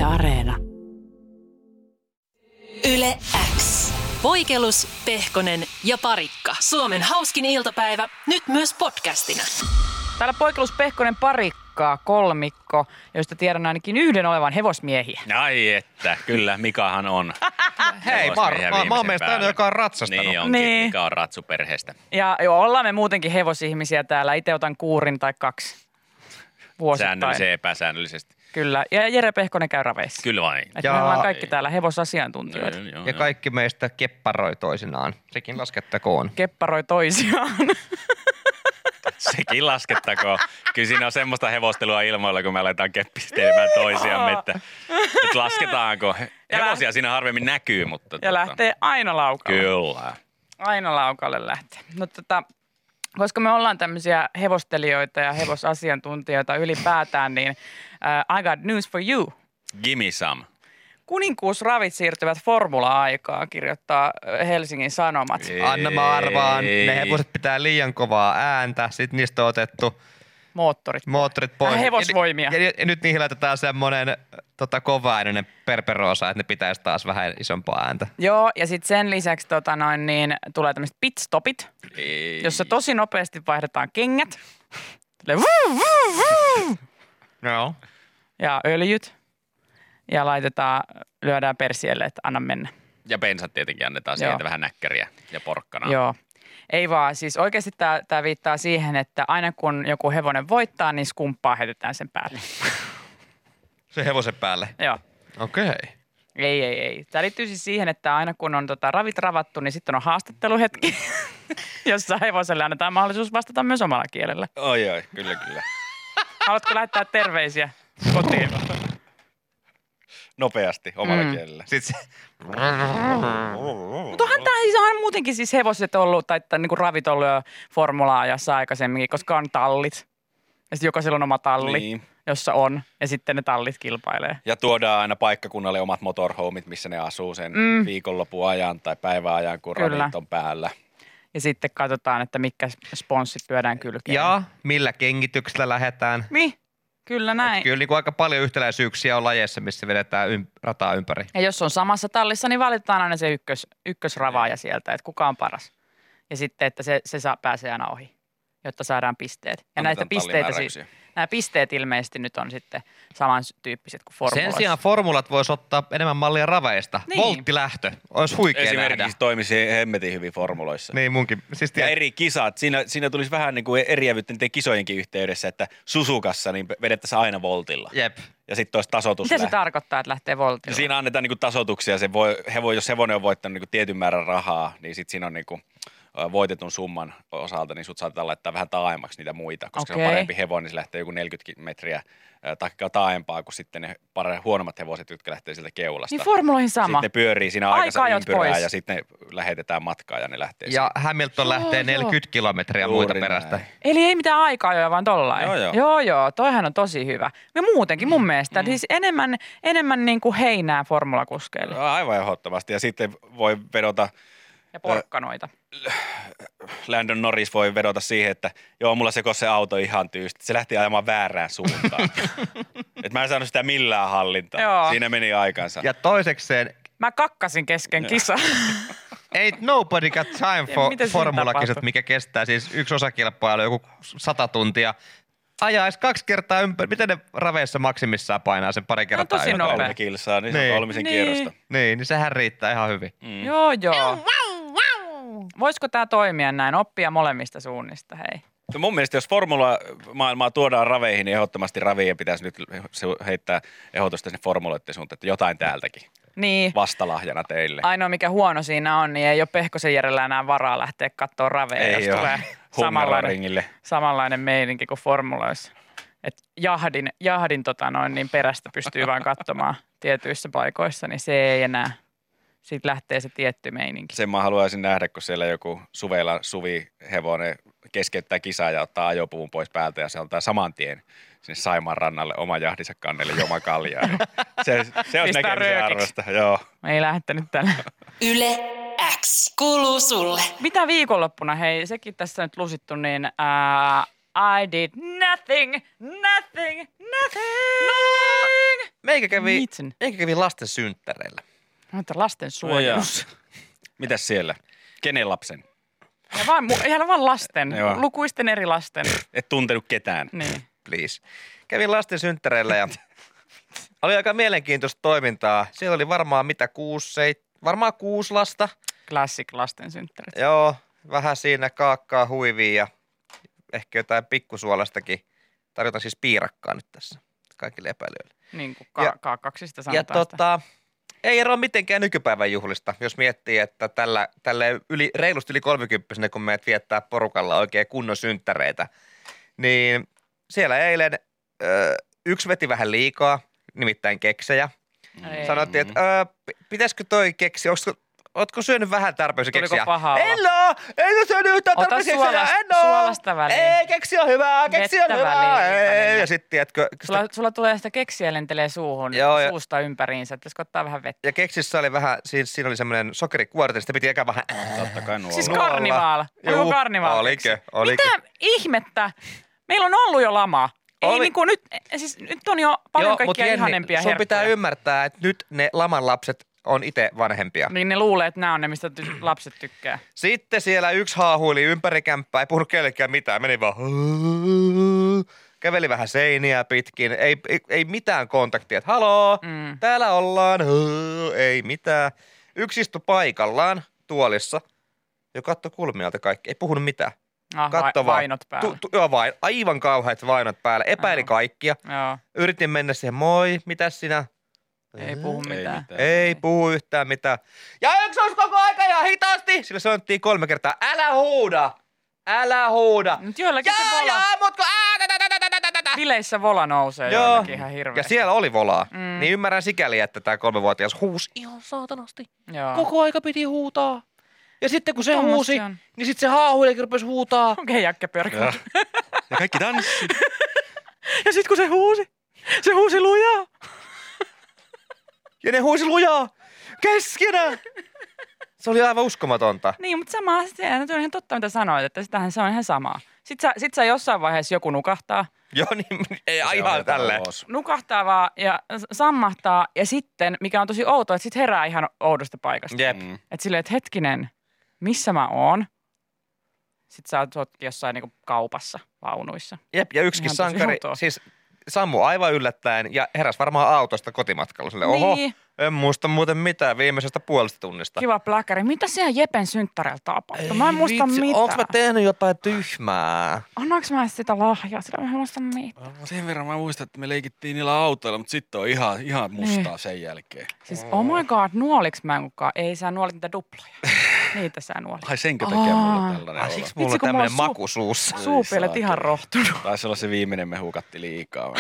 Areena. Yle X. Voikelus, Pehkonen ja Parikka. Suomen hauskin iltapäivä, nyt myös podcastina. Täällä Poikelus, Pehkonen, Parikka, kolmikko, josta tiedän ainakin yhden olevan hevosmiehiä. Ai että, kyllä, Mikahan on. Hei, mä oon meistä aina, joka on ratsastanut. Niin onkin, Niin. Mika on ratsuperheestä. Ja joo, ollaan me muutenkin hevosihmisiä täällä. Itse otan kuurin tai 2 vuosittain. Säännöllisesti ja epäsäännöllisesti. Kyllä, ja Jere Pehkonen käy raveissa. Kyllä vain. Et me ollaan kaikki täällä hevosasiantuntijoita. Ja kaikki meistä kepparoi toisinaan. Sekin laskettakoon. Kepparoi toisiaan. Sekin laskettakoon. Kyllä siinä on semmoista hevostelua ilmoilla, kun me aletaan keppistelemään toisiamme, että lasketaanko. Hevosia siinä harvemmin näkyy, mutta... Ja lähtee aina laukalle. Kyllä. Aina laukalle lähtee. No koska me ollaan tämmöisiä hevostelijoita ja hevosasiantuntijoita ylipäätään, niin I got news for you. Gimme some. Kuninkuusravit siirtyvät formula-aikaan, kirjoittaa Helsingin Sanomat. Anna mä arvaan, ne hevoset pitää liian kovaa ääntä, sit niistä on otettu moottorit pois. Hevosvoimia. Ja nyt niihin laitetaan semmoinen kovaääninen perperoosa, että ne pitäisi taas vähän isompaa ääntä. Joo, ja sitten sen lisäksi tulee tämmöiset pitstopit, jossa tosi nopeasti vaihdetaan kengät. No. Ja öljyt. Ja lyödään persielle, että anna mennä. Ja bensat tietenkin annetaan sieltä vähän näkkäriä ja porkkanaa. Joo. Ei vaan, siis oikeasti tämä viittaa siihen, että aina kun joku hevonen voittaa, niin skumppaa heitetään sen päälle. Se hevosen päälle? Joo. Okei. Okay. Ei. Tämä liittyy siis siihen, että aina kun on ravit ravattu, niin sitten on haastatteluhetki, jossa hevoselle annetaan mahdollisuus vastata myös omalla kielellä. Oi, kyllä. Haluatko lähettää terveisiä kotiin? Nopeasti omalla kielellä. Sitten Mutta onhan tämä siis on muutenkin siis hevoset ollut, tai niinku ravit ollut jo formula-ajassa aikaisemminkin, koska on tallit. Ja sitten jokaisella on oma talli, jossa on, ja sitten ne tallit kilpailee. Ja tuodaan aina paikkakunnalle omat motorhomeit, missä ne asuu sen viikonlopun ajan tai päiväajan, kun ravit on päällä. Ja sitten katsotaan, että mitkä sponssit lyödään kylkeen. Ja millä kengityksellä lähdetään. Kyllä näin. Kyllä niin kuin aika paljon yhtäläisyyksiä on lajeissa, missä vedetään rataa ympäri. Ja jos on samassa tallissa, niin valitetaan aina se ykkösravaaja sieltä, että kuka on paras. Ja sitten, että se pääsee aina ohi, jotta saadaan pisteet. Ja näitä nämä pisteet ilmeisesti nyt on sitten samantyyppiset kuin formuloissa. Sen sijaan formulat voisi ottaa enemmän mallia raveista. Niin. Volttilähtö olisi huikea Esimerkiksi nähdä. toimisi hemmetin hyvin formuloissa. Niin munkin. Siis ja eri kisat. Siinä tulisi vähän niin kuin eriävyyttä niiden kisojenkin yhteydessä, että Suzukassa niin vedettäisiin aina voltilla. Jep. Ja sitten olisi tasoitus. Mitä se tarkoittaa, että lähtee voltilla? Siinä annetaan niin kuin tasoituksia. Jos hevonen on voittanut niin kuin tietyn määrän rahaa, niin sitten siinä on niin kuin voitetun summan osalta, niin sut saatetaan laittaa vähän taaemmaksi niitä muita, koska se on parempi hevonen, niin se lähtee joku 40 metriä taaempaa kuin sitten ne huonommat hevoset, jotka lähtee sieltä keulasta. Niin formuloihin sama. Sitten ne pyörii siinä aikansa ympyrää pois. Ja sitten ne lähetetään matkaan ja ne lähtee. Ja Hamilton lähtee 40 kilometriä muita perästä. Eli ei mitään aika-ajoja, vaan tollain. Joo, toihan on tosi hyvä. Ja muutenkin mun mielestä, siis enemmän niin kuin heinää formulakuskeille. Aivan ehdottomasti. Ja sitten voi vedota... Ja porkkanoita. Landon Norris voi vedota siihen, että joo, mulla sekosi se auto ihan tyysti. Se lähti ajamaan väärään suuntaan. Et mä en saanut sitä millään hallintaa. Joo. Siinä meni aikansa. Ja toisekseen... Mä kakkasin kesken kisa. Ain't nobody got time for formulakisat, mikä kestää siis yksi osakilpailu joku 100 tuntia. Ajaisi 2 kertaa ympäri. Miten ne raveissa maksimissaan painaa sen pari kertaa? Tosi nopea. 3 kilsaa, niin se on 3 kierrosta. Niin sehän riittää ihan hyvin. Joo. Voisiko tämä toimia näin? Oppia molemmista suunnista, hei. No mun mielestä, jos formula-maailmaa tuodaan raveihin, niin ehdottomasti ravien pitäisi nyt heittää ehdotusta sinne formuloiden suuntaan, että jotain täältäkin. Niin. Vastalahjana teille. Ainoa mikä huono siinä on, niin ei ole Pehkosen Järjellä enää varaa lähteä katsoa raveja, jos tulee samanlainen meininki kuin formuloissa. Et jahdin niin perästä pystyy vain katsomaan tietyissä paikoissa, niin se ei enää. Sitten lähtee se tietty meininki. Sen mä haluaisin nähdä, kun siellä joku suvihevonen keskeyttää kisaa ja ottaa ajopuvun pois päältä ja se on saman tien sinne Saimaan rannalle oma jahdinsa kannelle juoma kaljaa. Se olisi näkemisen arvosta, joo. Ei lähtenyt tällä. Yle X kuuluu sulle. Mitä viikonloppuna, hei, sekin tässä nyt lusittu, niin I did nothing. Meikä kävi lasten synttäreillä. Lasten suojelus. Mitäs siellä? Kenen lapsen? Ihan vaan lasten. Joo. Lukuisten eri lasten. Et tuntenut ketään. Niin. Please. Kävin lasten synttäreillä ja oli aika mielenkiintoista toimintaa. Siellä oli varmaan 6 lasta. Classic lasten synttärit. Joo, vähän siinä kaakkaa huivia ja ehkä jotain pikkusuolastakin. Tarjotaan siis piirakkaa nyt tässä kaikille epäilijöille. Niin kuin kaakaksista sanotaan ja ei eroa mitenkään nykypäivän juhlista, jos miettii, että tälle reilusti yli 30, kun meidät viettää porukalla oikein kunnon synttäreitä, niin siellä eilen yksi veti vähän liikaa, nimittäin keksejä. Sanottiin, että pitäisikö toi keksi, ootko syönyt vähän tarpeeksi keksiä? Tuliko pahaa? En ole syönyt yhtään tarpeeksi keksiä. Suolasta väliin. Ei, keksi on hyvää, Ei. Ja sitten, tiedätkö. Sulla tulee sitä keksiä lentelee suuhun, suusta ympäriinsä, että pitäisikö ottaa vähän vettä. Ja keksissä oli vähän, siinä oli semmoinen sokerikuorte, niin sitä piti eikä vähän. Totta kai nuolla. Siis karnivaal. Oliko karnivaal? Oliko? Mitä ihmettä? Meillä on ollut jo lama. Ei niinku nyt on jo paljon kaikkia ihanempia herkkuja. Sun pitää ymmärtää, että nyt ne laman lapset on itse vanhempia. Niin ne luulee, että nämä on ne, mistä lapset tykkää. Sitten siellä yksi haahuili ympäri kämppää, ei puhunut kellekään mitään, meni vaan käveli vähän seiniä pitkin, ei mitään kontaktia, että haloo, täällä ollaan, ei mitään. Yksi istui paikallaan tuolissa ja katsoi kulmialta kaikki, ei puhunut mitään. Vainot päällä. Joo, aivan kauheat vainot päällä, epäili kaikkia. Joo. Yritin mennä siihen, moi, mitäs sinä? Ei puhu mitään. Ei puhu yhtään mitään. Ja yksi olisi koko aika ihan hitaasti. Sillä sanottiin 3 kertaa, älä huuda. Nyt joillakin se vola. Mutta bileissä vola nousee joillakin ihan hirveästi. Ja siellä oli volaa. Niin ymmärrän sikäli, että tämä 3-vuotias huusi ihan saatanasti. Joo. Koko aika piti huutaa. Ja sitten kun se huusi, niin sitten se haahuilikin rupesi huutaa. Okei, jäkkäpörkkä. Ja kaikki tanssi. Ja sitten kun se huusi lujaa. Ja ne huusi lujaa keskenään. Se oli aivan uskomatonta. Niin, mutta sama asia. On ihan totta, mitä sanoit, että sitähän se on ihan samaa. Sitten sä jossain vaiheessa joku nukahtaa. Joo, niin ei ihan tälleen. Nukahtaa vaan ja sammahtaa. Ja sitten, mikä on tosi outoa, että sit herää ihan oudosta paikasta. Jep. Että silleen, että hetkinen, missä mä oon? Sitten sä oot jossain niinku kaupassa, vaunuissa. Jep, ja yksikin sankari, siis sammu aivan yllättäen ja heräsi varmaan autosta kotimatkalla. Silleen, oho, en muista muuten mitään viimeisestä puolesta tunnista. Kiva pläkäri. Mitä siellä Jepen synttärellä tapahtui? Mä en muista mitään. Onks mä tehnyt jotain tyhmää? Annaanko mä sitä lahjaa? Sillä mä en muista mitään. Sen verran mä muistan, että me leikittiin niillä autoilla, mutta sitten on ihan mustaa sen jälkeen. Siis oh my god, nuoliks mä kukaan? Ei, sä nuolit niitä duploja. Niitä sä nuolit. Ai senkö takia mulla tällainen olo? Siksi mulla on tämmönen maku suussa? Suupielet ihan rohtunut. Taisi olla se viimeinen, me hukatti liikaa.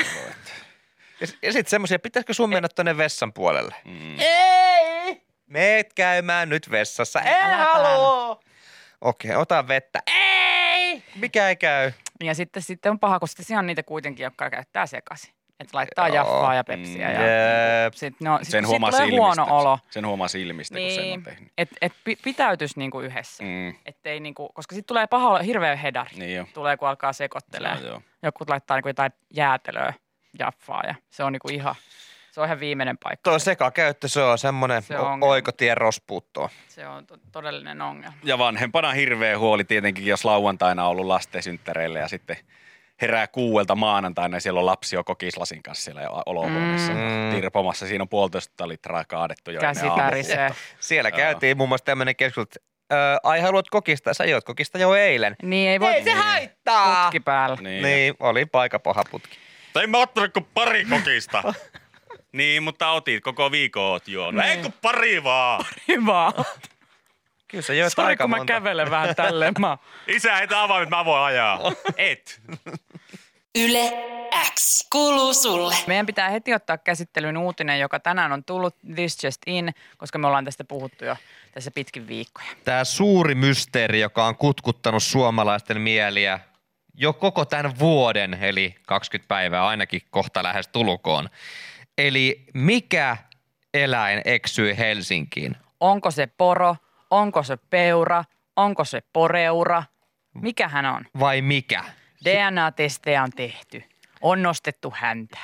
Ja sit semmosia, pitäisikö sun mennä tonne vessan puolelle? Ei! Meet käymään nyt vessassa. En haloo! Okei, ota vettä. Ei! Mikä ei käy? Ja sitten on paha, kun sitten on niitä kuitenkin, jotka käyttää sekaisin. Että laittaa jaffaa ja pepsiä. Ja sitten tulee huono olo. Sen huomaa silmistä, niin, kun sen on tehnyt. Et pitäytys niinku yhdessä. Ettei niinku, koska sitten tulee paha olla hirveä hedari. Niin tulee, kun alkaa sekoittelemaan. Joku laittaa niinku jotain jäätelöä, jaffaa ja se on niinku se on ihan viimeinen paikka. Tuo sekakäyttö, se on semmoinen oikotie rospuuttoon. Se on todellinen ongelma. Ja vanhempana hirveä huoli tietenkin, jos lauantaina on ollut lasten synttäreillä ja sitten herää 6 maanantaina ja siellä on lapsi jo kokislasin kanssa siellä olohuoneessa tirpomassa. Siinä on 1,5 litraa kaadettu jo käsi tärisee. Siellä käytiin muun muassa tämmöinen keskustelu, että ai haluat kokista, sä joit kokista jo eilen. Niin ei voi. Ei se haittaa. Putki päällä. Niin oli paikka paha putki. Tai en mä ottanut kuin pari kokista. Niin, mutta otit, koko viikon oot juonut. Ei kun pari vaan. Pari vaan. Kyllä sä joit aika monta. Mä kävelen vähän tälleen. Isä, et avaa, että mä voin ajaa. Et. Yle X kuuluu sulle. Meidän pitää heti ottaa käsittelyyn uutinen, joka tänään on tullut This Just In, koska me ollaan tästä puhuttu jo tässä pitkin viikkoja. Tämä suuri mysteeri, joka on kutkuttanut suomalaisten mieliä jo koko tämän vuoden, eli 20 päivää ainakin kohta lähes tulukoon. Eli mikä eläin eksyi Helsinkiin? Onko se poro? Onko se peura? Onko se poreura? Mikä hän on? Vai mikä? DNA-testejä on tehty. On nostettu häntää.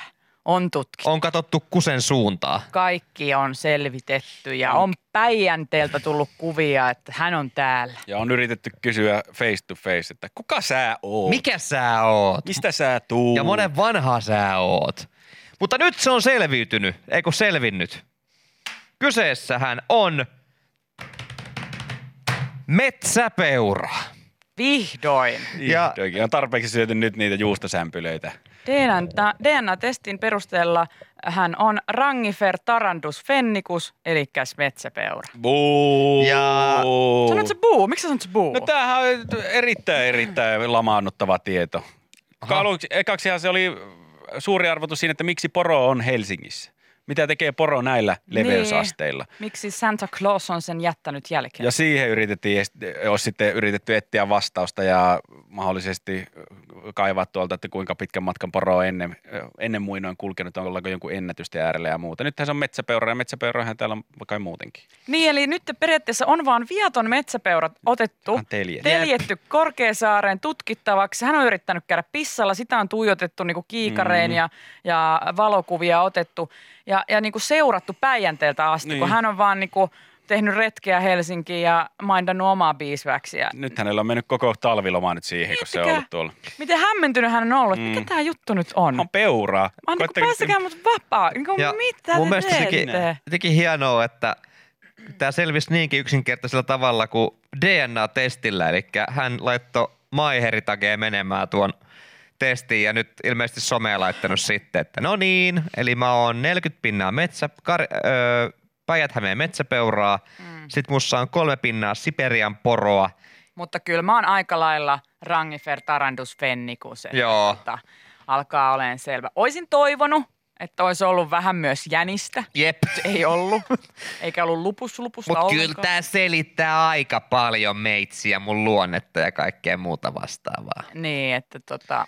On tutkittu. On katsottu kusen suuntaa. Kaikki on selvitetty ja on Päijänteeltä tullut kuvia, että hän on täällä. Ja on yritetty kysyä face to face, että kuka sä oot? Mikä sä oot? Mistä sä tuut? Ja monen vanha sä oot. Mutta nyt se on selviytynyt, eikö selvinnyt? Kyseessähän on metsäpeura. Vihdoin. Vihdoinkin. On tarpeeksi syöty nyt niitä juustosämpylöitä. DNA-testin perusteella hän on Rangifer tarandus fennicus, eli metsäpeura. Buu! Sanoit se buu? Miksi sä sanot se buu? No tämähän on erittäin lamaannuttava tieto. Ekaksihan se oli suuri arvotus siinä, että miksi poro on Helsingissä. Mitä tekee poro näillä leveysasteilla? Niin. Miksi Santa Claus on sen jättänyt jälkeen? Ja siihen olisi sitten yritetty etsiä vastausta ja mahdollisesti kaivaa tuolta, että kuinka pitkän matkan poro on ennen muinoin kulkenut, ollaanko jonkun ennätysten äärellä ja muuta. Nythän se on metsäpeura ja metsäpeurahan täällä on kai muutenkin. Niin, eli nyt periaatteessa on vaan viaton metsäpeura otettu, teljetty Korkeasaareen tutkittavaksi. Hän on yrittänyt käydä pissalla, sitä on tuijotettu niin kuin kiikareen ja valokuvia otettu ja niin kuin seurattu Päijänteeltä asti, kun hän on vaan niin kuin tehnyt retkeä Helsinkiin ja mindannut omaa biisväksiä. Nyt hänellä on mennyt koko talviloma nyt siihen, kun se on ollut tuolla. Miten hämmentynyt hän on ollut? Mikä tämä juttu nyt on? On peuraa. Päästäkää mut vapaa. Mitä mun te mielestä teette? sekin hienoa, että tämä selvisi niinkin yksinkertaisella tavalla kuin DNA-testillä. Eli hän laittoi Maiheritageen menemään tuon testiin ja nyt ilmeisesti somea laittanut sitten, että no niin, eli mä oon 40 pinnaa Päijät-Hämeen metsäpeuraa, sit mussa on 3 pinnaa Siperian poroa. Mutta kyllä mä oon aika lailla Rangifer tarandus fennicus. Joo. Alkaa olemaan selvä. Oisin toivonut, että olisi ollut vähän myös jänistä. Jep. Ei ollut. Eikä ollut lupusta ollenkaan. Mutta kyllä tää selittää aika paljon meitsiä, mun luonnetta ja kaikkea muuta vastaavaa. Niin, että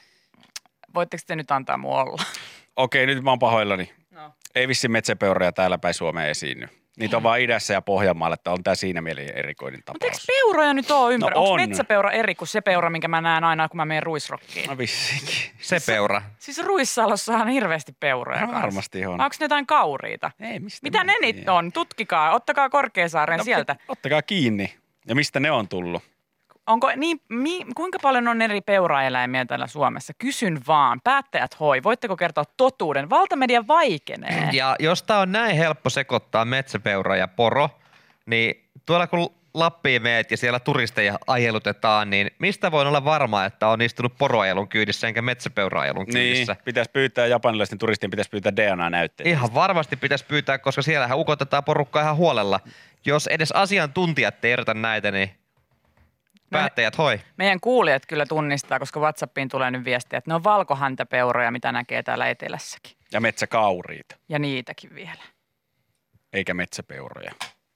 voitteko te nyt antaa mun olla? Okei, nyt mä oon pahoillani. No. Ei vissiin metsäpeuroja täällä päin Suomeen esiinny. Niitä on vaan idässä ja Pohjanmaalla, että on tää siinä mielessä erikoinen tapaus. Mutta eikö peuroja nyt ole ympäri? No onko metsäpeura eri kuin se peura, minkä mä näen aina, kun mä menen ruisrokkiin? No vissiinkin. Se peura. Siis Ruissalossahan on hirveästi peuroja kanssa. Varmasti on. Onko ne jotain kauriita? Ei, mistä mitä ne nyt on? Tutkikaa, ottakaa Korkeasaaren sieltä. Ottakaa kiinni. Ja mistä ne on tullut? Onko kuinka paljon on eri peuraeläimiä täällä Suomessa? Kysyn vaan. Päättäjät voitteko kertoa totuuden? Valtamedia vaikenee. Ja jos tää on näin helppo sekoittaa metsäpeura ja poro, niin tuolla kun Lappiin meet ja siellä turisteja ajelutetaan, niin mistä voin olla varma, että on istunut poroajelun kyydissä enkä metsäpeura-ajelun kyydissä? Niin, pitäisi pyytää japanilaisten turistien, pitäisi pyytää DNA-näytteitä. Ihan varmasti pitäisi pyytää, koska siellähän ukotetaan porukkaa ihan huolella. Jos edes asiantuntijat ei erota näitä, niin päättäjät Meidän kuulijat kyllä tunnistaa, koska WhatsAppiin tulee nyt viestiä, että ne on valkohäntäpeuroja, mitä näkee täällä etelässäkin. Ja metsäkauriita. Ja niitäkin vielä. Eikä metsäpeuroja.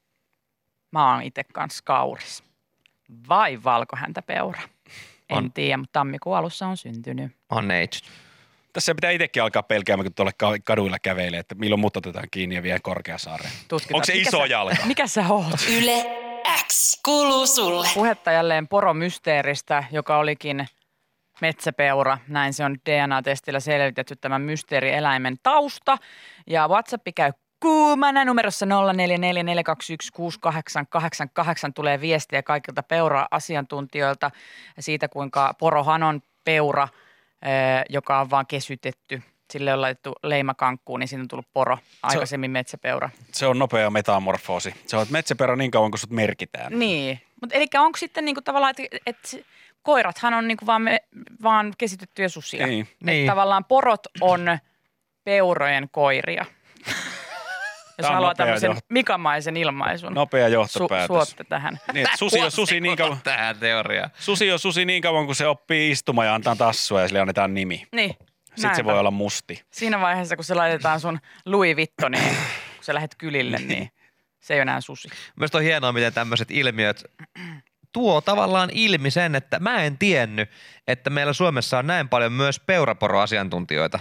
Mä oon itse kanssa kauris. Vai valkohäntäpeura? En tiedä, mutta tammikuun alussa on syntynyt. On age. Tässä pitää itsekin alkaa pelkäämään, kun tuolla kaduilla kävelee, että milloin mut otetaan kiinni ja vie Korkeasaareen. Onko se iso jalka? Mikä sä oot? Yle X kuuluu sulle. Puhetta jälleen poromysteeristä, joka olikin metsäpeura. Näin se on DNA-testillä selvitetty tämän mysteerieläimen tausta. Ja WhatsApp käy kuumana numerossa 0444216888 tulee viestiä kaikilta peura-asiantuntijoilta siitä, kuinka porohan on peura, joka on vaan kesytetty. Sille on laitettu leimakankkuun, niin siinä on tullut poro, aikaisemmin metsäpeura. Se on nopea metamorfoosi. Se on metsäpeura niin kauan, kun sut merkitään. Niin, mutta eli onko sitten niinku tavallaan, että koirathan on niinku vaan kesytettyjä susia. Niin. Että tavallaan porot on peurojen koiria. Jos haluaa tämmöisen mikamaisen ilmaisun. Nopea johtopäätös. Suotte tähän. Niin, susi on susi niin kauan. Tähän teoriaan. Susi on susi niin kauan, kun se oppii istumaan ja antaa tassua ja sille annetaan nimi. Niin. Sitten se voi olla musti. Siinä vaiheessa, kun se laitetaan sun Louis Vuittoniin, kun sä lähdet kylille, niin se ei ole enää susi. Mielestäni on hienoa, miten tämmöiset ilmiöt tuo tavallaan ilmi sen, että mä en tiennyt, että meillä Suomessa on näin paljon myös peuraporoasiantuntijoita.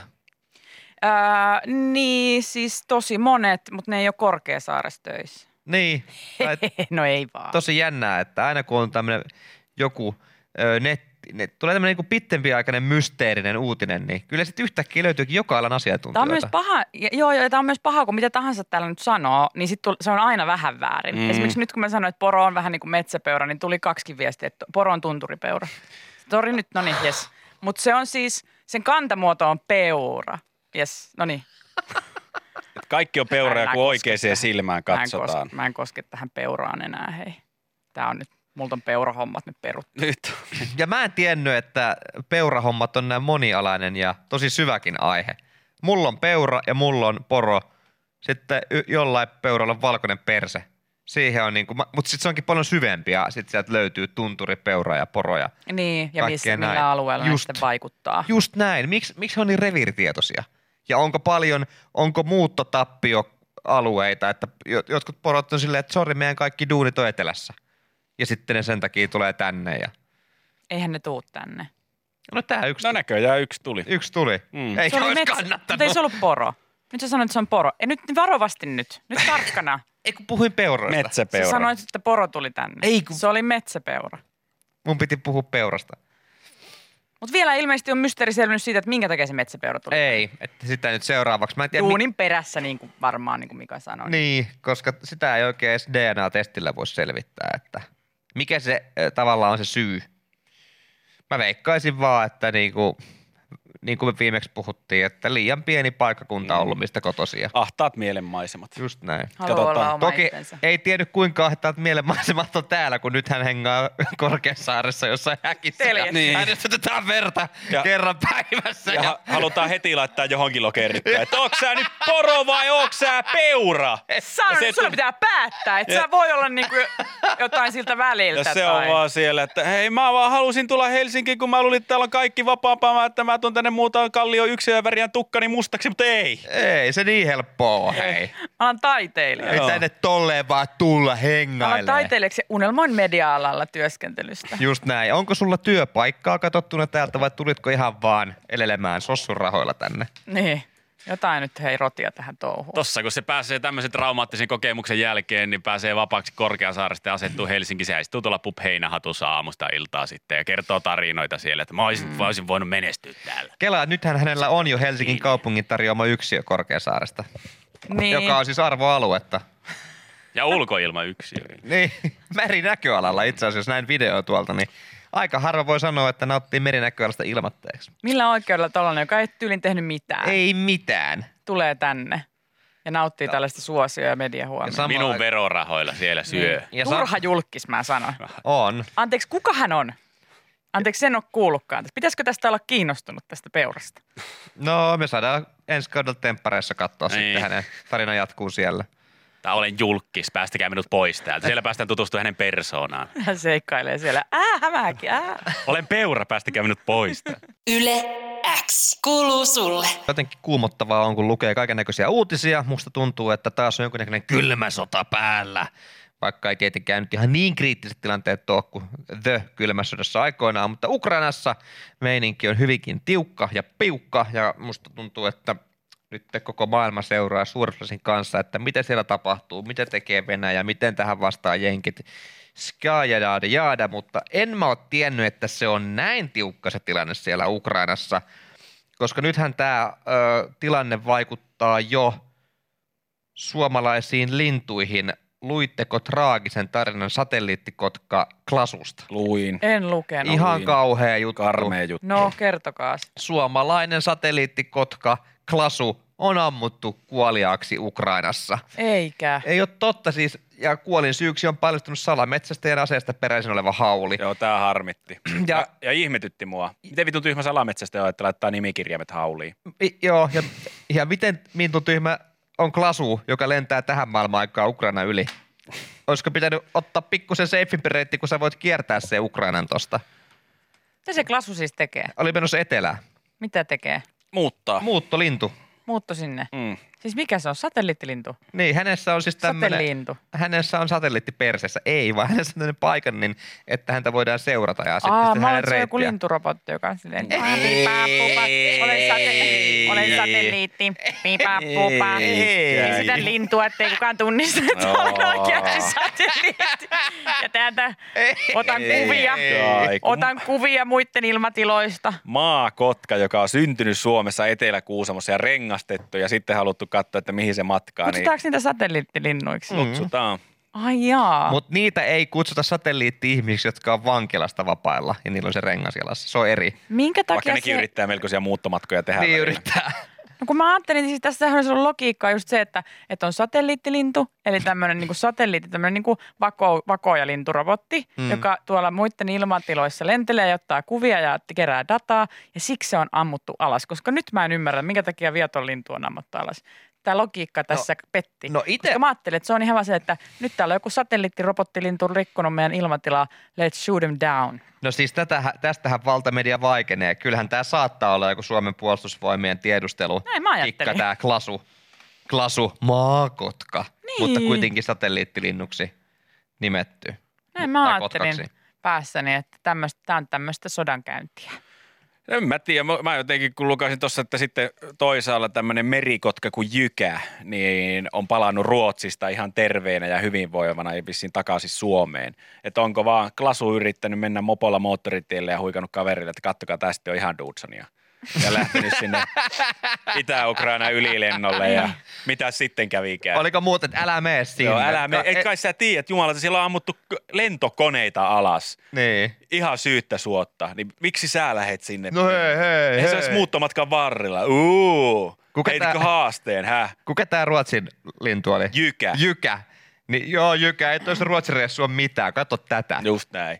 Niin, siis tosi monet, mutta ne ei ole Korkeasaaressa töissä. Niin. No ei vaan. Tosi jännää, että aina kun on tämmöinen joku tulee tämmöinen niin pitempiaikainen mysteerinen uutinen, niin kyllä sitten yhtäkkiä löytyykin joka alan asiantuntijoita. Tämä on myös paha, tämä on myös paha, kun mitä tahansa täällä nyt sanoo, niin sitten se on aina vähän väärin. Esimerkiksi nyt kun mä sanoin, että poro on vähän niin kuin metsäpeura, niin tuli 2 viestiä, että poro on tunturipeura. Sori nyt, no niin, jes. Mutta se on siis, sen kantamuoto on peura. Jes, no niin. Kaikki on peuraa, kun oikeaan silmään katsotaan. Mä en koske tähän peuraan enää, hei. Tää on nyt, multa on peurahommat nyt peruttu. Nyt. Ja mä en tiennyt, että peurahommat on näin monialainen ja tosi syväkin aihe. Mulla on peura ja mulla on poro. Sitten jollain peuralla on valkoinen perse. Siihen on niinku, mutta sitten se onkin paljon syvempiä. Sitten sieltä löytyy tunturi, peura ja poroja. Niin, ja millä alueella ne sitten vaikuttaa. Just näin. Miksi on niin reviiritietoisia? Ja onko muuttotappioalueita, että jotkut porot on silleen, että sori, meidän kaikki duunit on etelässä. Ja sitten ne sen takia tulee tänne. Eihän ne tuu tänne. No tää yksi. No näköjään yksi tuli. Yksi tuli. Eikä olisi kannattanut. Mutta ei se ollut poro. Nyt sä sanoit, että se on poro. Nyt varovasti nyt. Nyt tarkkana. Ei kun puhuin peuroista. Metsäpeura. Sä sanoit, että poro tuli tänne. Ei kun... Se oli metsäpeura. Mun piti puhua peurasta. Mutta vielä ilmeisesti on mysteeri selvinnyt siitä, että minkä takia se metsäpeura tuli. Ei, että sitä nyt seuraavaksi. Mä en tiedä, duunin perässä niin kuin varmaan, niin kuin Mika sanoi. Niin, koska sitä ei oikein edes DNA-testillä voi selvittää, että mikä se tavallaan on se syy. Mä veikkaisin vaan, että niin kuin me viimeksi puhuttiin, että liian pieni paikkakunta on ollut mistä kotoisia. Ahtaat mielenmaisemat. Just näin. Toki ei tiedä kuinka ahtaat mielenmaisemat on täällä, kun nyt hän hengaa Korkeasaaressa jossain häkissä. Niin. Hänestä otetaan verta kerran päivässä. Ja halutaan heti laittaa johonkin lokerikkaan, että onko sä nyt poro vai onko sä peura? Sano, sulla pitää päättää, että sä voi olla niinku jotain siltä väliltä. Ja se on vaan siellä, että hei mä vaan halusin tulla Helsinkiin, kun mä luulin, että täällä on kaikki vapaampaa, että mä tuon tänne muuta kallio yksilöä ja värjään tukkani mustaksi, mutta ei. Ei, se niin helppoa, hei. Mä oon taiteilija. Ei tänne tolleen vaan tulla hengailemaan. Mä oon taiteilijaksi ja unelmoin media-alalla työskentelystä. Just näin. Onko sulla työpaikkaa katsottuna täältä vai tulitko ihan vaan elelemään sossun rahoilla tänne? Niin. Jotain nyt hei rotia tähän touhuun. Tossa kun se pääsee tämmöisen traumaattisen kokemuksen jälkeen, niin pääsee vapaaksi Korkeasaaresta ja asettuu Helsinkiin. Se istuu tuolla Heinähatussa aamusta iltaa sitten ja kertoo tarinoita siellä, että mä olisin voinut menestyä täällä. Kelaa, nythän hänellä on jo Helsingin kaupungin tarjoama yksiö Korkeasaaresta, joka on siis arvoaluetta. Ja ulkoilmayksiö. Niin, merinäköalalla itse asiassa, jos näin video tuolta, niin aika harva voi sanoa, että nauttii merinäköalasta ilmatteeksi. Millä oikeudella tollainen, joka ei tyylin tehnyt mitään? Ei mitään. Tulee tänne ja nauttii tällaista suosioa ja mediahuomioon. Minun verorahoilla siellä syö. Niin. Turha julkis, mä sanon. On. Anteeksi, kuka hän on? Anteeksi, sen ole kuullutkaan. Pitäisikö tästä olla kiinnostunut tästä peurasta? No, me saadaan ensi kaudella Temppareissa katsoa sitten hänen tarina jatkuu siellä. Tai olen julkis, päästäkää minut pois täältä. Siellä päästään tutustumaan hänen persoonaan. Hän seikkailee siellä. Hämähäkin, Olen peura, päästäkää minut pois täältä. Yle X kuuluu sulle. Jotenkin kuumottavaa on, kun lukee kaikennäköisiä uutisia. Musta tuntuu, että taas on jonkinnäköinen kylmä sota päällä. Vaikka ei tietenkään nyt ihan niin kriittiset tilanteet ole kuin kylmässä sodassa aikoinaan. Mutta Ukrainassa meininki on hyvinkin tiukka ja piukka. Ja musta tuntuu, että nyt koko maailma seuraa suurennuslasin kanssa, että mitä siellä tapahtuu, mitä tekee Venäjä, miten tähän vastaa jenkit, jaada, mutta en mä ole tiennyt, että se on näin tiukka se tilanne siellä Ukrainassa, koska nythän tämä tilanne vaikuttaa jo suomalaisiin lintuihin. Luitteko traagisen tarinan satelliittikotka Klasusta? Luin. En lukenut. Ihan kauhea juttu. Karmea juttu. No, kertokaa. Suomalainen satelliittikotka Klasu on ammuttu kuoliaaksi Ukrainassa. Eikä. Ei ole totta siis, ja kuolin syyksi on paljastunut salametsästäjän aseesta peräisin oleva hauli. Joo, tää harmitti. Ja ihmetytti mua. Miten vitun tyhmä salametsästäjä on, että laittaa nimikirjaimet hauliin? Joo, ja miten vitun tyhmä on Klasu, joka lentää tähän maailman-aikaan Ukraina yli? Olisiko pitänyt ottaa pikkusen safempi reitti, kun sä voit kiertää se Ukrainan tosta? Mitä se Klasu siis tekee? Oli menossa etelään. Mitä tekee? Muuttaa. Muuttolintu. Muutto sinne. Siis mikä se on? Satelliittilintu? Niin, hänessä on siis Satelliintu. Hänessä on satelliitti persessä. Ei, vaan hänessä on tämmöinen paikan, niin, että häntä voidaan seurata ja sitten mä hänen olen se joku linturobotti, joka on silleen olen satelliitti, piipaa. Sitä lintua, ettei kukaan tunnista, että se on oikeasti satelliitti. Ja täältä otan kuvia muiden ilmatiloista. Maakotka, joka on syntynyt Suomessa Etelä-Kuusamossa ja rengastettu ja sitten haluttu katsoa, että mihin se matkaa. Kutsutaanko niitä satelliittilinnuiksi? Kutsutaan. Ai jaa. Mutta niitä ei kutsuta satelliitti-ihmisiksi, jotka on vankilasta vapailla ja niillä on se rengas jalassa. Se on eri. Minkä takia vaikka nekin yrittää melkoisia muuttomatkoja tehdä. Niin yrittää. No kun mä ajattelin, siis tässä on ollut logiikkaa just se, että on satelliittilintu, eli tämmöinen niinku satelliitti, tämmöinen niinku vakoja-linturobotti, joka tuolla muiden ilmatiloissa lentelee ja ottaa kuvia ja kerää dataa, ja siksi se on ammuttu alas, koska nyt mä en ymmärrä, minkä takia viaton lintu on ammuttu alas. Tämä logiikka tässä petti. Koska mä ajattelin, että se on ihan vaan se, että nyt täällä on joku satelliittirobottilintu rikkonut meidän ilmatilaa, let's shoot him down. No siis tästähän valtamedia vaikenee. Kyllähän tämä saattaa olla joku Suomen puolustusvoimien tiedustelu. Näin mä ajattelin. Kikka, tämä klasu maakotka, niin. Mutta kuitenkin satelliittilinnuksi nimetty. Näin mä ajattelin päässäni, että tämä on tämmöistä sodankäyntiä. En mä tiedä. Mä jotenkin kun lukasin tuossa, että sitten toisaalla tämmöinen merikotka kuin Jykä, niin on palannut Ruotsista ihan terveenä ja hyvinvoivana ja vissiin takaisin Suomeen. Että onko vaan Klasu yrittänyt mennä mopolla moottoritielle ja huikannut kaverille, että kattokaa tästä on ihan Dudsonia. Ja lähtenyt sinne Itä-Ukraina ylilennolle ja mitä sitten kävikään. Oliko muuten, että älä mene sinne? Joo, älä mene. Ei kai sä tiedä, että jumalata, siellä on ammuttu lentokoneita alas. Niin. Ihan syyttä suotta. Niin miksi sä lähet sinne? No hei. Ei se olisi muuttomatkan varrella. Heitikö haasteen, Kuka tää Ruotsin lintu oli? Jykä. Niin, joo, Jykä. Ei toista Ruotsin reissu ole mitään. Katso tätä. Just näin.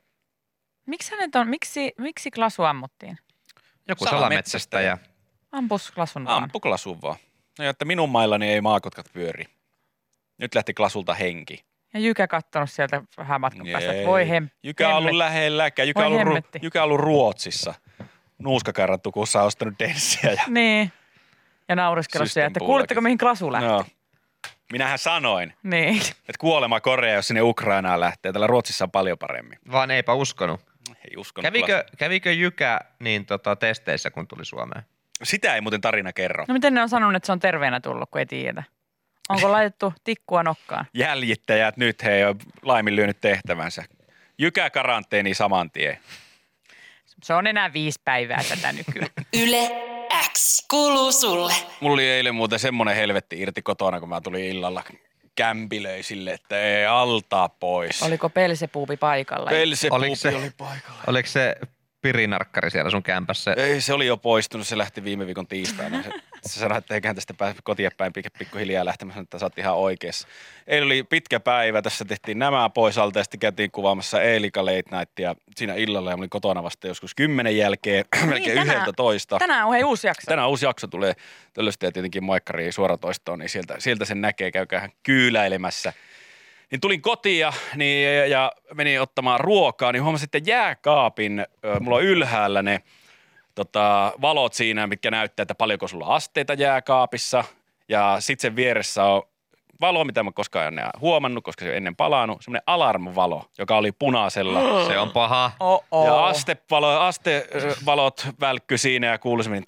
Miksi Klasu ammuttiin? Joku salametsästäjä. Ampus Klasun vaan. Ampu Klasun vaan. No, että minun maillani ei maakotkat pyöri. Nyt lähti Klasulta henki. Ja Jykä kattonut sieltä vähän matkan päästä, että voi Jykä on ollut lähelläkään. Jykä on ollut Ruotsissa. Nuuskakarran tukussa on ostanut denssiä. Niin. Ja nauriskellut siellä, että kuulitteko mihin Klasu lähti? No. Minähän sanoin, niin. Että kuolema Korea, jos sinne Ukrainaan lähtee. Täällä Ruotsissa on paljon paremmin. Vaan eipä uskonut. Ei uskonut. Kävikö Jykä niin testeissä, kun tuli Suomeen? Sitä ei muuten tarina kerro. No miten ne on sanonut, että se on terveenä tullut, kun ei tiedä? Onko laitettu tikkua nokkaan? Jäljittäjät nyt he on laiminlyönyt tehtävänsä. Jykä karanteeni saman tien. Se on enää 5 päivää tätä nykyään. Yle X kuuluu sulle. Mulla oli eilen muuten semmoinen helvetti irti kotona, kun mä tulin illalla kämpilöisille, että ei altaa pois. Oliko Pelsepuupi paikalla? Pelsepuupi oli paikalla. Oliko se pirinarkkari siellä sun kämpässä? Ei, se oli jo poistunut. Se lähti viime viikon tiistaina. Se sanoi, että eiköhän tästä pääse kotiin päin pikkuhiljaa lähtemään, että sä oot ihan oikeassa. Eilen oli pitkä päivä. Tässä tehtiin nämä pois alta ja sitten käytiin kuvaamassa Eelika Late Nightia siinä illalla. Ja mä olin kotona vasta joskus 10 jälkeen, melkein 11. Tänään on uusi jakso. Tänään uusi jakso tulee. Tällöistä ja tietenkin Maikkariin suoratoistoon, niin sieltä sen näkee. Käykää kyyläilemässä. Niin tulin kotiin ja menin ottamaan ruokaa, niin huomasin, että jääkaapin, mulla on ylhäällä ne valot siinä, mitkä näyttää, että paljonko sulla on asteita jääkaapissa. Ja sitten sen vieressä on valo, mitä mä koskaan en huomannut, koska se on ennen palannut. Semmoinen alarmvalo, joka oli punaisella. Se on paha. Ja astevalot välkkyi siinä ja kuului semmoinen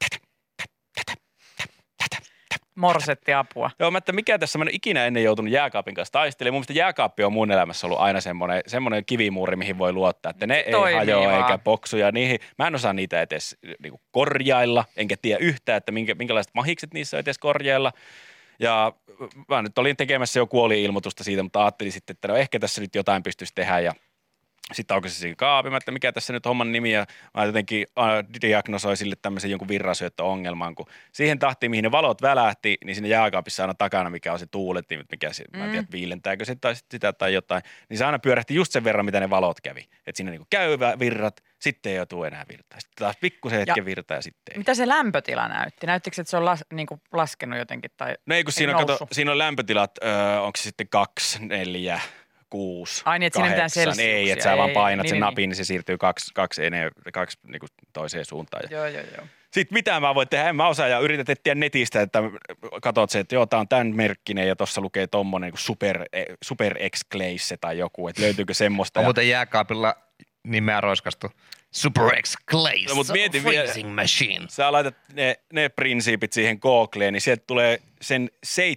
morsetti apua. Joo, mä että mikä tässä, mä en ole ikinä ennen joutunut jääkaapin kanssa taistelemaan. Mun mielestä jääkaappi on mun elämässä ollut aina semmoinen kivimuuri, mihin voi luottaa, että ne ei hajoa eikä poksuja. Niihin, mä en osaa niitä edes niinku korjailla, enkä tiedä yhtään, että minkälaiset mahikset niissä on edes korjailla. Ja mä nyt olin tekemässä jo kuoli-ilmoitusta siitä, mutta ajattelin sitten, että no ehkä tässä nyt jotain pystyisi tehdä ja sitten aukaisin siinä kaapin, että mikä tässä nyt homman nimi, ja mä jotenkin diagnosoin sille tämmöisen jonkun virransyöttöongelman, kun siihen tahtiin, mihin ne valot välähti, niin siinä jääkaapissa aina takana, mikä on se tuuletin, mikä se, mä en tiedä, viilentääkö se tai sitä tai jotain, niin se aina pyörähti just sen verran, mitä ne valot kävi. Että siinä niinku käy virrat, sitten ei joutuu enää virtaa. Sitten taas pikkusen hetken virtaa ja sitten ei. Mitä se lämpötila näytti? Näyttikö, että se on niinku laskenut jotenkin tai no ei, kun siinä on lämpötilat, onko se sitten 2, 4, 6, ai niin, että siinä mitään selsiuksia. Ei, että sä vaan painat sen napin, niin se siirtyy kaksi niin kuin toiseen suuntaan. Joo. Sitten mitä mä voin tehdä, en mä osaa, ja yrität etsiä netistä, että katsot se, että joo, tää on tämän merkkinen, ja tuossa lukee tommonen kuin Super X Glaze tai joku, että löytyykö semmoista. On muuten jääkaapilla nimeä roiskastu. Super X Glaze, no, mietin freezing machine. Sä laitat ne prinsiipit siihen Googleen, niin sieltä tulee sen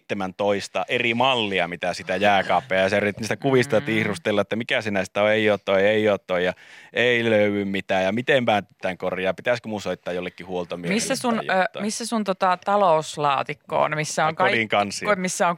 17 eri mallia, mitä sitä jääkaappia, ja sä yritit niistä kuvista tihrustella, että mikä se näistä on, ei ole toi, ja ei löydy mitään, ja miten mä tämän korjaa, pitäisikö mun soittaa jollekin huoltomiehelle? Missä sun talouslaatikko on, missä on kodin kansio.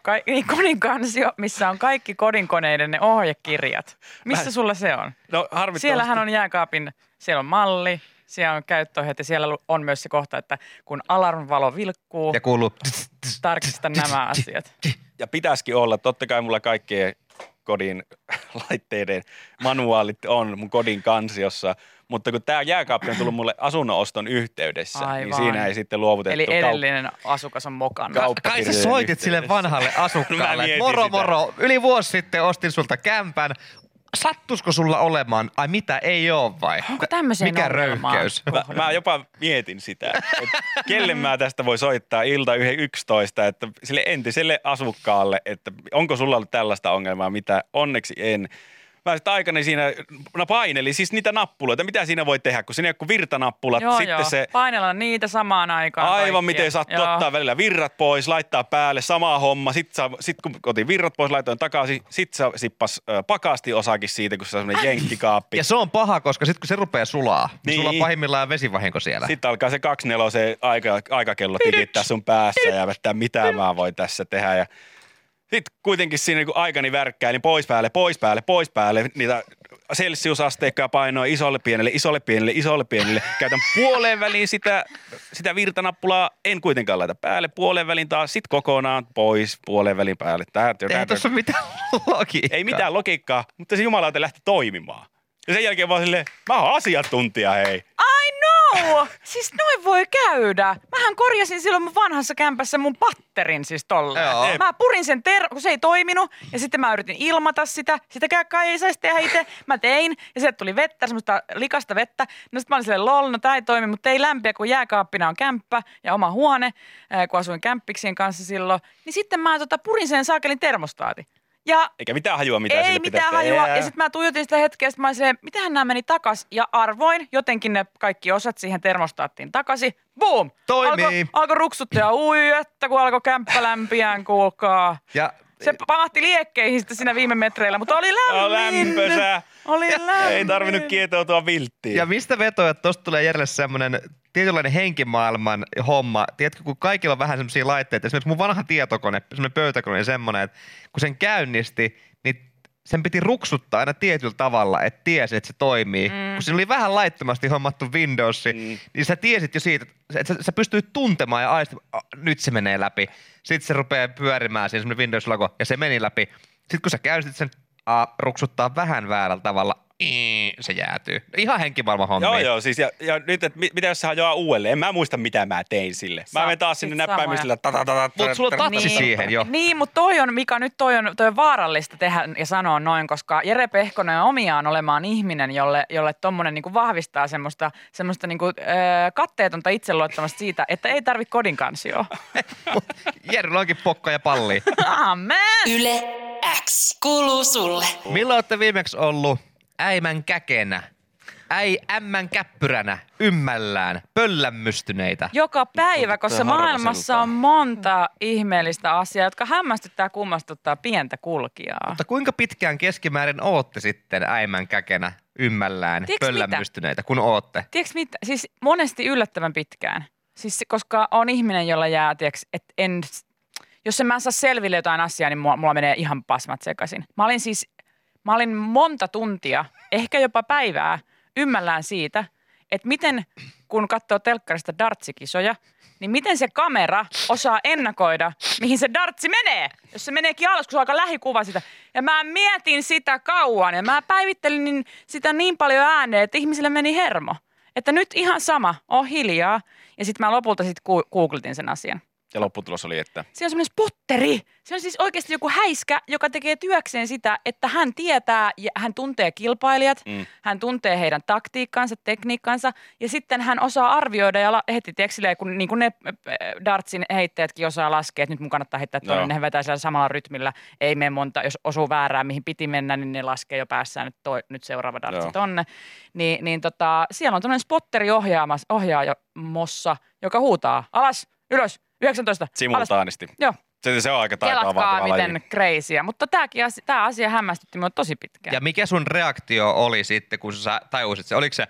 Kodin kansio, missä on kaikki kodinkoneiden ne ohjekirjat. Missä sulla se on? No harmittavasti. Siellähän on jääkaapin, siellä on malli, siellä on käyttöohjeet ja siellä on myös se kohta, että kun alarmvalo vilkkuu, ja kuuluu tarkista nämä asiat. Ja pitäisikin olla, totta kai mulla kaikkien kodin laitteiden manuaalit on mun kodin kansiossa, mutta kun tämä jääkaappi on tullut mulle asunnon oston yhteydessä, aivan, niin siinä ei sitten luovutettu. Eli edellinen asukas on mokannut. Kai sä soitit sille vanhalle asukkaalle, moro, yli vuosi sitten ostin sulta kämpän. Sattuisiko sulla olemaan? Ai mitä, ei oo vai? Onko tämmöiseen mikä röyhkeys? Mä jopa mietin sitä, että kelle mä tästä voi soittaa ilta 11, että sille entiselle asukkaalle, että onko sulla ollut tällaista ongelmaa, mitä onneksi en. Mä sitten aikani siinä painelin siis niitä nappuloita. Mitä siinä voi tehdä, kun siinä ei ole kuin virtanappulat. Joo, sitten se painella niitä samaan aikaan. aivan kaikkia. Miten sattuu ottaa välillä virrat pois, laittaa päälle, sama homma. Sitten kun otin virrat pois, laitoin takaisin, sitten se sippas pakasti osakin siitä, kun se on semmoinen jenkkikaappi. Ja se on paha, koska sitten kun se rupeaa sulaa, niin sulla on pahimmillaan vesivahinko siellä. Sitten alkaa se 24 aikakello tikittää sun päässä ja että mitä mä voin tässä tehdä. Ja sitten kuitenkin siinä kun aikani värkkää, niin pois päälle, niitä celsiusasteikkoja painoa isolle pienelle. Käytän puoleen väliin sitä virtanappulaa, en kuitenkaan laita päälle, puoleen väliin taas, sitten kokonaan pois, puoleen väliin päälle. Ei tuossa mitään logiikkaa. Ei mitään logiikkaa, mutta se jumalauta lähti toimimaan. Ja sen jälkeen vaan silleen, mä oon asiantuntija, hei. I know! Siis noin voi käydä. Mähän korjasin silloin mun vanhassa kämpässä mun patterin siis tolleen. Mä purin sen kun se ei toiminut ja sitten mä yritin ilmata sitä. Sitäkään kai ei saisi tehdä itse. Mä tein ja sieltä tuli vettä, semmoista likasta vettä. No sit mä olin silleen lol, no tää ei toimi, mutta ei lämpiä, kun jääkaappina on kämppä ja oma huone, kun asuin kämppiksien kanssa silloin. Niin sitten mä purin sen saakelin termostaatin. Ja eikä mitään hajua, mitä ei sille mitään hajua. Ja sitten mä tuijotin sitä hetkeä, ja mä olin silleen, mitähän nämä meni takas. Ja arvoin jotenkin ne kaikki osat siihen termostaattiin takaisin. Boom! Toimii. Alkoi ruksuttaa, että kun alkoi kämppä lämpiään, kuulkaa. Ja se pamahti liekkeihin sitten siinä viime metreillä, mutta oli lämmin. Lämpösä. Oli lämmin. Ei tarvinnut kietoutua vilttiin. Ja mistä vetoa, että tosta tulee Järjelle semmoinen tietynlainen henkimaailman homma. Tiedätkö, kun kaikilla on vähän semmoisia laitteita. Esimerkiksi mun vanha tietokone, semmoinen pöytäkone, semmoinen, että kun sen käynnisti, niin sen piti ruksuttaa aina tietyllä tavalla, että tiesi, että se toimii. Kun siinä oli vähän laittomasti hommattu Windowsi, niin sä tiesit jo siitä, että sä pystyit tuntemaan ja aistimaan, nyt se menee läpi. Sitten se rupeaa pyörimään siinä semmoinen Windows-logo ja se meni läpi. Sitten kun sä käynnistit sen ruksuttaa vähän väärällä tavalla, se jäätyy. Ihan henkimaailman hommia. Joo, siis ja nyt, että mitä jos se hajoaa uudelleen? En mä muista, mitä mä tein sille. Mä menen taas sinne näppäimisellä. Mutta sulla on tatsi siihen jo. Niin, mutta toi on, Mika, nyt toi on vaarallista tehdä ja sanoa noin, koska Jere Pehkonen on omiaan olemaan ihminen, jolle tommonen niinku vahvistaa semmoista niinku, katteetonta itseluottamasta siitä, että ei tarvi kodin kansioa. Jerryllä onkin pokka ja palli. Amen. Yle X kuuluu sulle. Milloin olette viimeksi ollut äimän käkenä, ämmän käppyränä, ymmällään, pöllämystyneitä? Joka päivä, koska maailmassa on monta ihmeellistä asiaa, jotka hämmästyttää, kummastuttaa pientä kulkijaa. Mutta kuinka pitkään keskimäärin ootte sitten äimän käkenä, ymmällään, pöllämystyneitä, kun ootte? Tiedätkö mitä? Siis monesti yllättävän pitkään. Siis koska on ihminen, jolla jää, tiedätkö, että jos en mä saa selville jotain asiaa, niin mulla menee ihan pasmat sekaisin. Mä olin monta tuntia, ehkä jopa päivää, ymmällään siitä, että miten, kun katsoo telkkarista dartsikisoja, niin miten se kamera osaa ennakoida, mihin se dartsi menee. Jos se meneekin alas, kun se on aika lähikuva sitä. Ja mä mietin sitä kauan ja mä päivittelin sitä niin paljon ääneen, että ihmisille meni hermo. Että nyt ihan sama, on hiljaa. Ja sitten mä lopulta googletin sen asian. Ja lopputulos oli, että... Se on semmoinen spotteri. Se on siis oikeasti joku häiskä, joka tekee työkseen sitä, että hän tietää ja hän tuntee kilpailijat, hän tuntee heidän taktiikkansa, tekniikkansa ja sitten hän osaa arvioida ja heti, tiedätkö silleen, kun niin kuin ne dartsin heittäjätkin osaa laskea, että nyt mun kannattaa heittää toinen, ne vetää siellä samalla rytmillä, ei mene monta, jos osuu väärään, mihin piti mennä, niin ne laskee jo päässään, nyt seuraava dartsi tonne. Siellä on tämmöinen spotteri ohjaamossa, joka huutaa alas, ylös, 19. Simultaanisti. Joo. Se on aika taitoa vaativa laji. Miten crazyä, mutta tämä asia hämmästytti minua tosi pitkään. Ja mikä sun reaktio oli sitten, kun sä tajusit se? Oliko se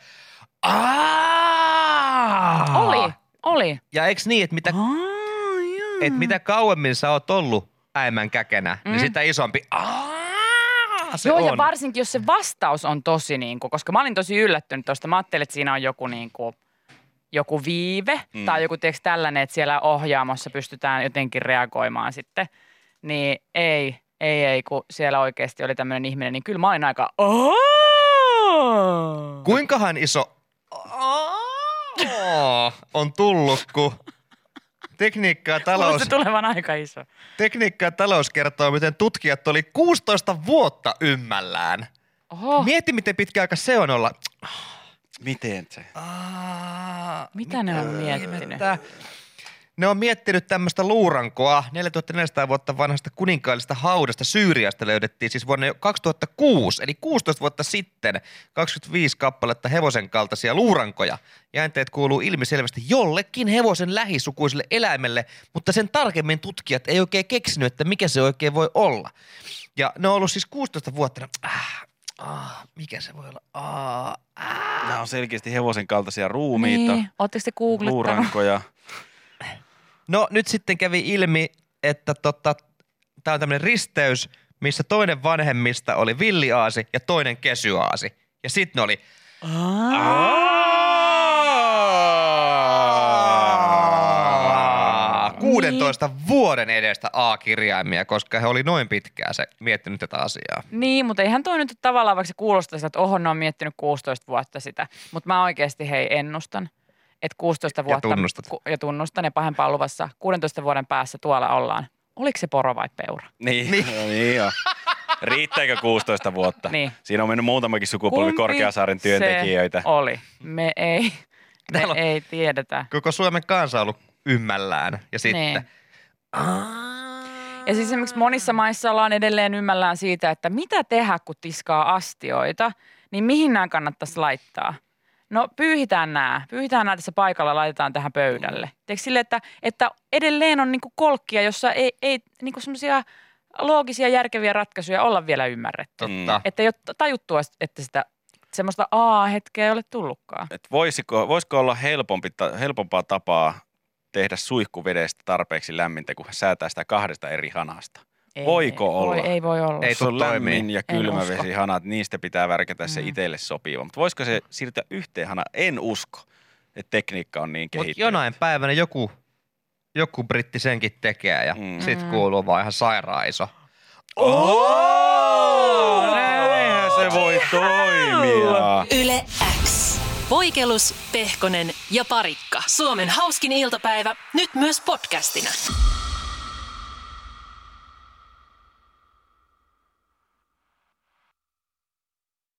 Oli. Ja eikö niin, että mitä kauemmin sä oot ollut äimän käkenä, niin sitä isompi se joo, on. ja varsinkin jos se vastaus on tosi koska mä olin tosi yllättynyt tuosta. Mä ajattelin, että siinä on joku viive tai joku tällainen, että siellä ohjaamossa pystytään jotenkin reagoimaan sitten. Niin ei, kun siellä oikeasti oli tämmöinen ihminen, niin kyllä mä olin aika Kuinkahan iso on tullut, kun tekniikka ja talous... Se tulevan aika iso. Tekniikka ja talous kertoo, miten tutkijat oli 16 vuotta ymmällään. Oho. Mieti, miten pitkä aika se on olla... Miten se? Mitä ne on miettinyt? Ne on miettinyt tämmöistä luurankoa. 4400 vuotta vanhasta kuninkaallisesta haudasta Syyriasta löydettiin siis vuonna 2006, eli 16 vuotta sitten 25 kappaletta hevosen kaltaisia luurankoja. Jäänteet kuuluu ilmiselvästi jollekin hevosen lähisukuiselle eläimelle, mutta sen tarkemmin tutkijat ei oikein keksinyt, että mikä se oikein voi olla. Ja ne on ollut siis 16 vuotta. Mikä se voi olla? Nämä on selkeästi hevosen kaltaisia ruumiita. Niin, ootteko te googlettanut? Luurankoja. No nyt sitten kävi ilmi, että tämä on tämmöinen risteys, missä toinen vanhemmista oli villiaasi ja toinen kesyaasi. Ja sitten ne oli 16 vuoden edestä A-kirjaimia, koska he oli noin pitkään se miettinyt tätä asiaa. Niin, mutta eihän toi nyt tavallaan, vaikka se kuulostaa sitä, että ne on miettinyt 16 vuotta sitä. Mutta mä oikeasti ennustan, että 16 vuotta. Ja tunnustan ja pahempaa luvassa 16 vuoden päässä tuolla ollaan. Oliko se poro vai peura? Niin joo. Riittääkö 16 vuotta? Niin. Siinä on mennyt muutamakin sukupolvi Korkeasaaren työntekijöitä. Se oli. Me ei tiedetä. Koko Suomen kansa on ollut ymmällään ja sitten... Niin. Ja siis esimerkiksi monissa maissa ollaan edelleen ymmällään siitä, että mitä tehdä, kun tiskaa astioita, niin mihin nämä kannattaisi laittaa? No pyyhitään nämä tässä paikalla, laitetaan tähän pöydälle. Tiedätkö sille, että edelleen on niinku kolkkia, jossa ei niinku semmoisia loogisia järkeviä ratkaisuja olla vielä ymmärretty. Että ei ole tajuttua, että sitä semmoista hetkeä ei ole tullutkaan. Et voisiko olla helpompaa tapaa tehdä suihkuvedestä tarpeeksi lämmintä, kun säätää sitä 2 eri hanasta? Voiko olla? Ei voi olla. Ei tule lämmin ja kylmä vesihanat, niistä pitää värkätä se itselle sopiva. Mutta voisiko se siirtyä yhteen hanaan? En usko, että tekniikka on niin kehittynyt. Mutta jonain päivänä joku britti senkin tekee ja sit kuuluu vaan ihan sairaan iso. Näinhän se voi toimia. Yle X. Voikelus, Pehkonen ja Parikka. Suomen hauskin iltapäivä, nyt myös podcastina.